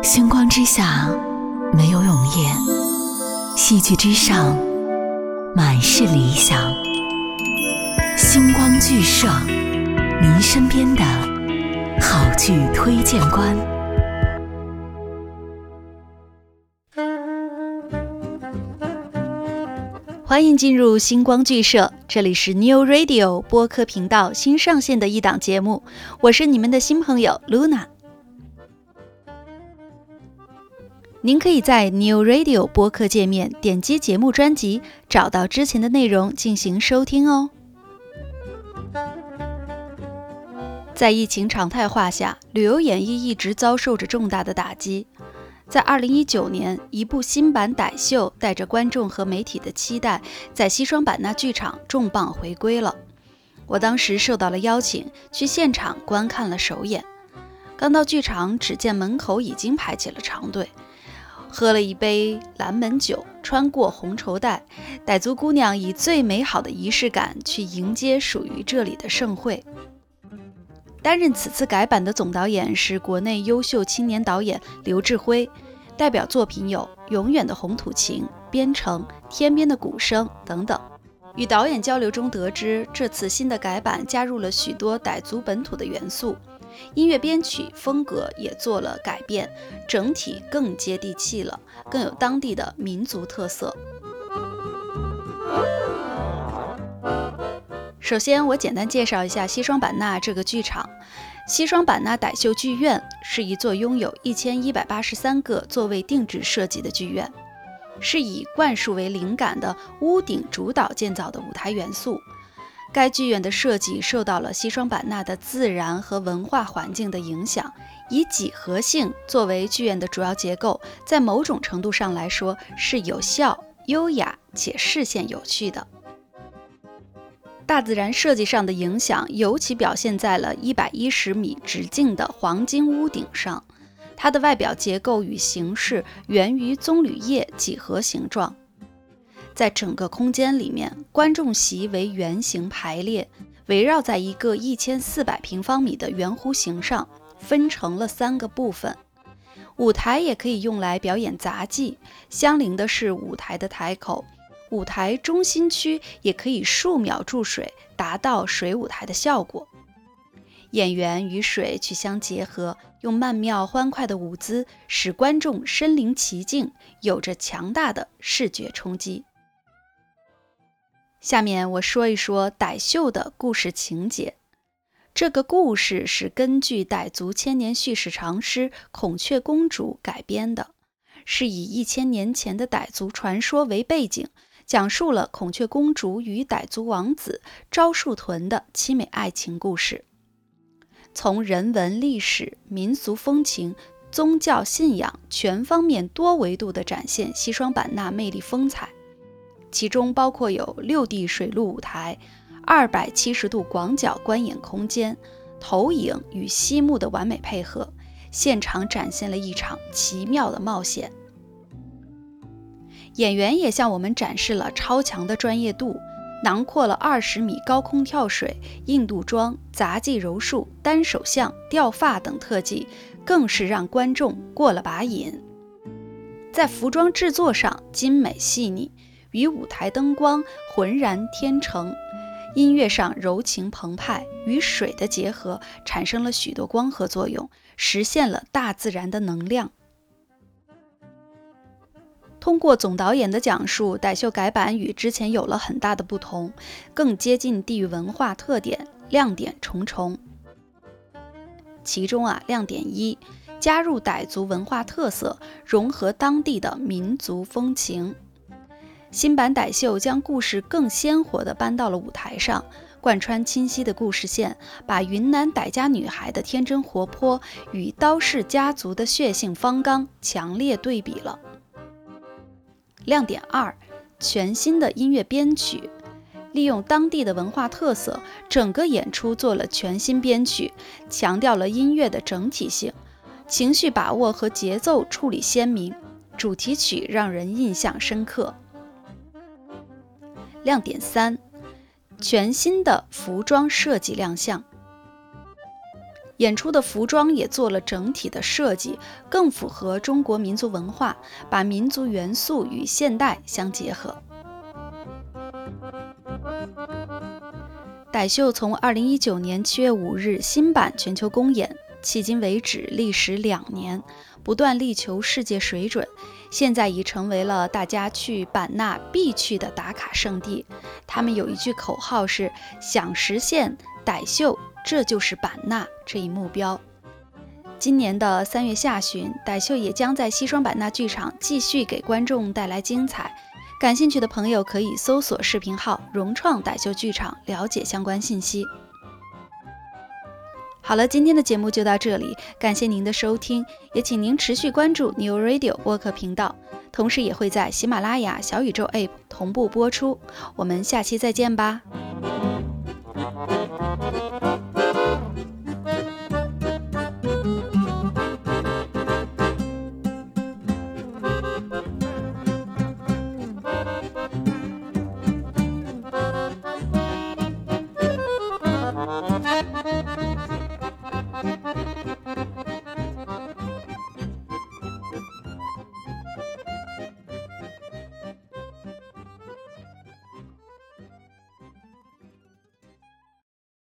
星光之下没有永夜，戏剧之上满是理想。星光剧社，您身边的好剧推荐官。 欢迎进入星光剧社，这里是 New Radio 播客频道新上线的一档节目，我是你们的新朋友 Luna。 您可以在 New Radio 播客界面点击节目专辑，找到之前的内容进行收听哦。在疫情常态化下，旅游演艺一直遭受着重大的打击。在2019年，一部新版傣秀带着观众和媒体的期待，在西双版纳剧场重磅回归了。我当时受到了邀请，去现场观看了首演。刚到剧场，只见门口已经排起了长队。喝了一杯蓝门酒，穿过红绸带，傣族姑娘以最美好的仪式感去迎接属于这里的盛会。担任此次改版的总导演是国内优秀青年导演刘志辉，代表作品有《永远的红土情》、《边城》、《天边的鼓声》等等。与导演交流中得知，这次新的改版加入了许多傣族本土的元素，音乐编曲风格也做了改变，整体更接地气了，更有当地的民族特色。首先，我简单介绍一下西双版纳这个剧场。西双版纳傣秀剧院是一座拥有1183个座位定制设计的剧院，是以灌树为灵感的屋顶主导建造的舞台元素。该剧院的设计受到了西双版纳的自然和文化环境的影响，以几何性作为剧院的主要结构，在某种程度上来说是有效、优雅且视线有趣的。大自然设计上的影响尤其表现在了110米直径的黄金屋顶上，它的外表结构与形式源于棕榈叶几何形状。在整个空间里面，观众席为圆形排列，围绕在一个1400平方米的圆弧形上，分成了3个部分。舞台也可以用来表演杂技，相邻的是舞台的台口。舞台中心区也可以数秒注水，达到水舞台的效果。演员与水去相结合，用曼妙欢快的舞姿使观众身临其境，有着强大的视觉冲击。下面我说一说傣秀的故事情节。这个故事是根据傣族千年叙事长诗《孔雀公主》改编的，是以1000年前的傣族传说为背景，讲述了孔雀公主与傣族王子昭树屯的凄美爱情故事。从人文历史、民俗风情、宗教信仰全方面多维度地展现西双版纳魅力风采，其中包括有6D 水陆舞台、270度广角观演空间、投影与息幕的完美配合，现场展现了一场奇妙的冒险。演员也向我们展示了超强的专业度，囊括了20米高空跳水、印度桩、杂技柔术、单手像、掉发等特技，更是让观众过了把瘾。在服装制作上精美细腻，与舞台灯光浑然天成，音乐上柔情澎湃，与水的结合产生了许多光合作用，实现了大自然的能量。通过总导演的讲述，傣秀改版与之前有了很大的不同，更接近地域文化特点，亮点重重。其中亮点1，加入傣族文化特色，融合当地的民族风情。新版傣秀将故事更鲜活地搬到了舞台上，贯穿清晰的故事线，把云南傣家女孩的天真活泼与刀氏家族的血性方刚强烈对比了。亮点2，全新的音乐编曲，利用当地的文化特色，整个演出做了全新编曲，强调了音乐的整体性，情绪把握和节奏处理鲜明，主题曲让人印象深刻。亮点3，全新的服装设计亮相。 演出的服装也做了整体的设计，更符合中国民族文化，把民族元素与现代相结合。傣秀从2019年7月5日新版全球公演，迄今为止历时2年，不断力求世界水准，现在已成为了大家去版纳必去的打卡圣地。他们有一句口号是想实现傣秀，这就是版纳这一目标。今年的3月下旬，傣秀也将在西双版纳剧场继续给观众带来精彩。感兴趣的朋友可以搜索视频号融创傣秀剧场了解相关信息。好了，今天的节目就到这里，感谢您的收听，也请您持续关注 New Radio 播客频道，同时也会在喜马拉雅、小宇宙 App 同步播出。我们下期再见吧。